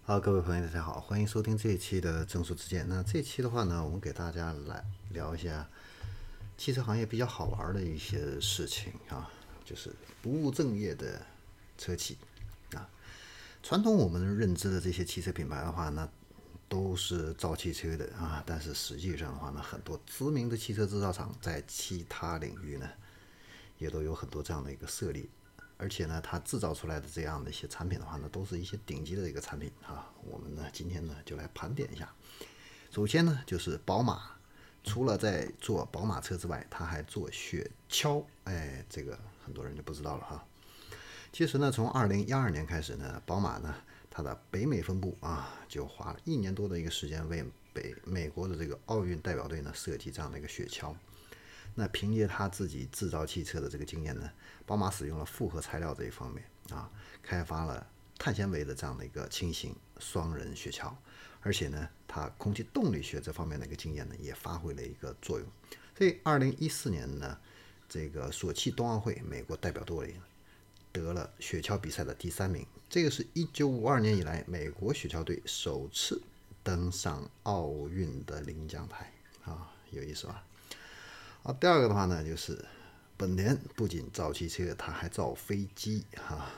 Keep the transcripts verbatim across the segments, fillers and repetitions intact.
好，各位朋友，大家好，欢迎收听这一期的正说之见。那这一期的话呢，我们给大家来聊一下汽车行业比较好玩的一些事情啊，就是不务正业的车企啊。传统我们认知的这些汽车品牌的话呢，都是造汽车的啊，但是实际上的话呢，很多知名的汽车制造厂在其他领域呢，也都有很多这样的一个设立。而且呢，它制造出来的这样的一些产品的话呢，都是一些顶级的一个产品啊。我们呢，今天呢就来盘点一下。首先呢，就是宝马，除了在做宝马车之外，它还做雪橇。哎，这个很多人就不知道了哈。其实呢，从二零一二年开始呢，宝马呢，它的北美分部啊，就花了一年多的一个时间为北美国的这个奥运代表队呢设计这样的一个雪橇。那凭借他自己制造汽车的这个经验呢，宝马使用了复合材料这一方面啊，开发了碳纤维的这样的一个轻型双人雪橇，而且呢，它空气动力学这方面的一个经验呢，也发挥了一个作用。所以，二零一四年呢，这个索契冬奥会美国代表队得了雪橇比赛的第三名，这个是一九五二年以来美国雪橇队首次登上奥运的领奖台啊，有意思吧？好，第二个的话呢，就是本田不仅造汽车，它还造飞机哈、啊。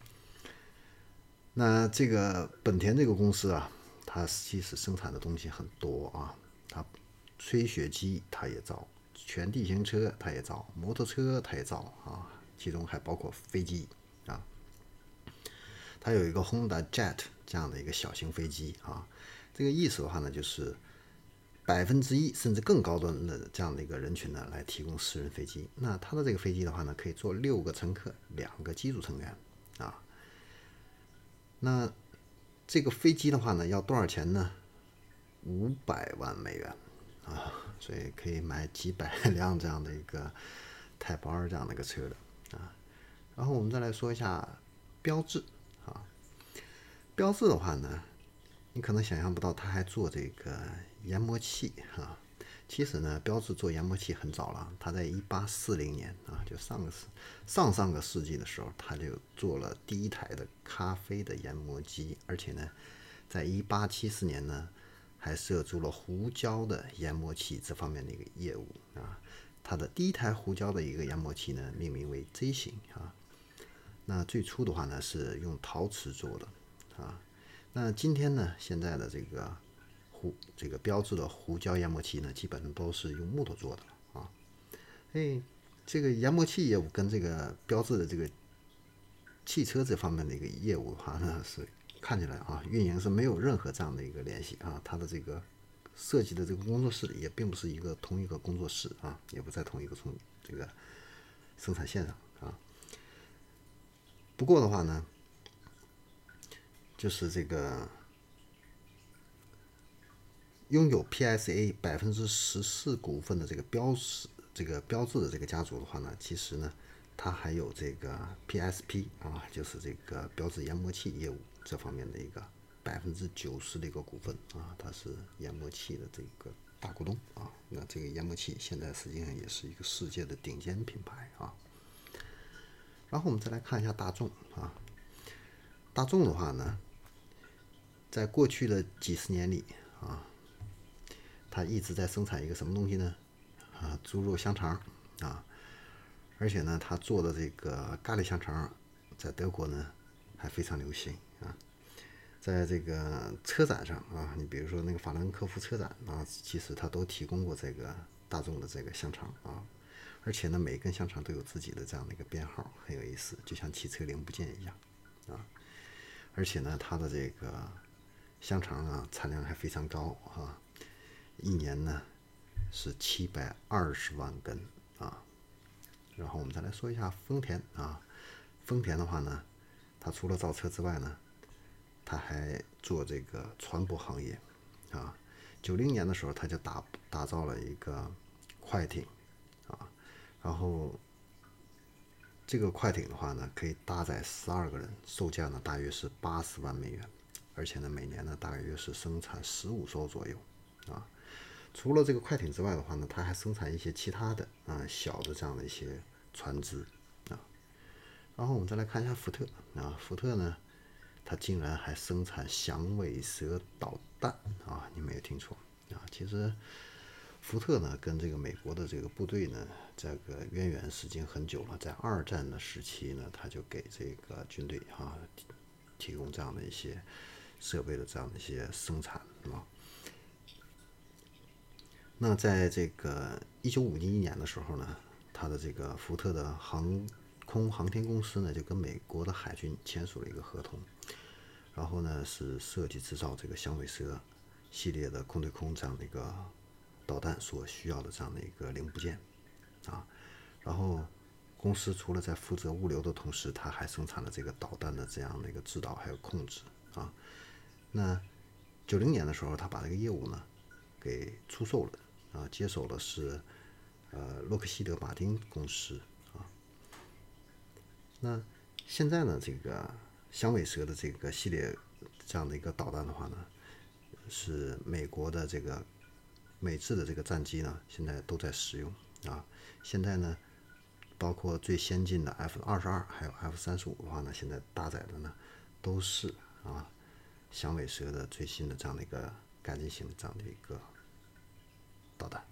那这个本田这个公司啊，它其实生产的东西很多啊，它吹雪机它也造，全地形车它也造，摩托车它也造啊，其中还包括飞机啊。它有一个 Honda Jet 这样的一个小型飞机啊，这个意思的话呢，就是百分之一甚至更高端的这样的一个人群呢，来提供私人飞机。那它的这个飞机的话呢，可以坐六个乘客，两个机组成员啊。那这个飞机的话呢，要多少钱呢？五百万美元啊，所以可以买几百辆这样的一个 Type R 这样的一个车的啊。然后我们再来说一下标致啊，标致的话呢，你可能想象不到，它还做这个研磨器啊。其实呢，标致做研磨器很早了，他在一八四零年啊，就上个世上上个世纪的时候，他就做了第一台的咖啡的研磨机，而且呢，在一八七四年呢，还涉足了胡椒的研磨器这方面的一个业务啊。他的第一台胡椒的一个研磨器呢，命名为 J 型啊。那最初的话呢，是用陶瓷做的啊。那今天呢，现在的这个胡这个标志的胡椒研磨器呢，基本上都是用木头做的啊。哎，这个研磨器业务跟这个标志的这个汽车这方面的一个业务的话呢，是看起来啊，运营是没有任何这样的一个联系啊。它的这个设计的这个工作室也并不是一个同一个工作室啊，也不在同一个从这个生产线上啊。不过的话呢，就是这个拥有 P S A 百分之十四股份的这个标识这个标志的这个家族的话呢，其实呢，它还有这个 P S P 啊，就是这个标志研磨器业务这方面的一个百分之九十的一个股份啊，它是研磨器的这个大股东啊。那这个研磨器现在实际上也是一个世界的顶尖品牌啊。然后我们再来看一下大众啊，大众的话呢，在过去的几十年里啊，它一直在生产一个什么东西呢？啊，猪肉香肠啊，而且呢，它做的这个咖喱香肠在德国呢还非常流行啊。在这个车展上啊，你比如说那个法兰克福车展啊，其实它都提供过这个大众的这个香肠啊，而且呢，每根香肠都有自己的这样的一个编号，很有意思，就像汽车零部件一样啊。而且呢，它的这个香肠啊产量还非常高啊，一年呢是七百二十万根啊。然后我们再来说一下丰田啊，丰田的话呢，它除了造车之外呢，它还做这个船舶行业啊。九零年的时候，它就打打造了一个快艇啊，然后这个快艇的话呢，可以搭载十二个人，售价呢大约是八十万美元，而且呢每年呢大约是生产十五艘左右啊。除了这个快艇之外的话呢，它还生产一些其他的啊小的这样的一些船只啊。然后我们再来看一下福特啊，福特呢， 它竟然还生产响尾蛇导弹啊！你没有听错啊！其实福特呢跟这个美国的这个部队呢，这个渊源时间很久了，在二战的时期呢，他就给这个军队啊提供这样的一些设备的这样的一些生产啊。那在这个一九五一年的时候呢，他的这个福特的航空航天公司呢，就跟美国的海军签署了一个合同，然后呢是设计制造这个响尾蛇系列的空对空这样的一个导弹所需要的这样的一个零部件啊。然后公司除了在负责物流的同时，它还生产了这个导弹的这样的一个制导还有控制啊。那九零年的时候，他把这个业务呢给出售了啊，接手的是呃洛克希德马丁公司啊。那现在呢，这个响尾蛇的这个系列这样的一个导弹的话呢，是美国的这个美制的这个战机呢，现在都在使用啊。现在呢，包括最先进的 F 二十二还有 F 三十五的话呢，现在搭载的呢都是啊响尾蛇的最新的这样的一个改进型的这样的一个导弹。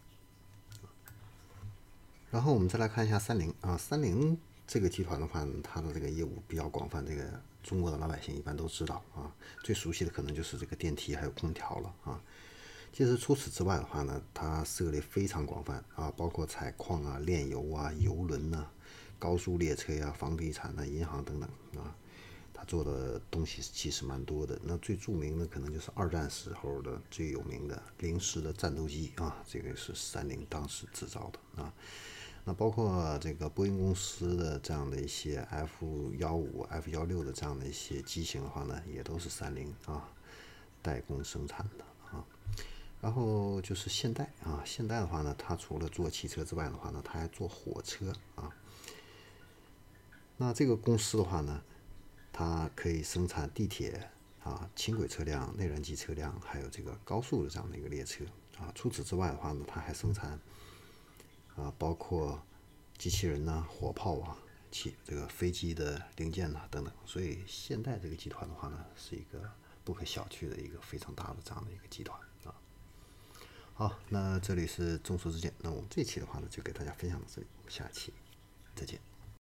然后我们再来看一下三菱啊，三菱这个集团的话，它的这个业务比较广泛，这个中国的老百姓一般都知道啊，最熟悉的可能就是这个电梯还有空调了啊。其实除此之外的话呢，它涉猎非常广泛啊，包括采矿啊、炼油啊、油轮呐、啊、高速列车呀、啊、房地产呐、啊、银行等等啊，它做的东西其实蛮多的。那最著名的可能就是二战时候的最有名的零式的战斗机啊，这个是三菱当时制造的啊。那包括这个波音公司的这样的一些 F 幺五、F 幺六的这样的一些机型的话呢，也都是三菱啊代工生产的啊。然后就是现代啊，现代的话呢，它除了做汽车之外的话呢，它还做火车啊。那这个公司的话呢，它可以生产地铁啊、轻轨车辆、内燃机车辆，还有这个高速的这样的一个列车啊。除此之外的话呢，它还生产啊，包括机器人呐、啊、火炮啊、汽这个飞机的零件呐、啊、等等。所以现代这个集团的话呢，是一个不可小觑的一个非常大的这样的一个集团啊。好，那这里是众说之见，那我们这期的话呢，就给大家分享到这里，我们下期再见。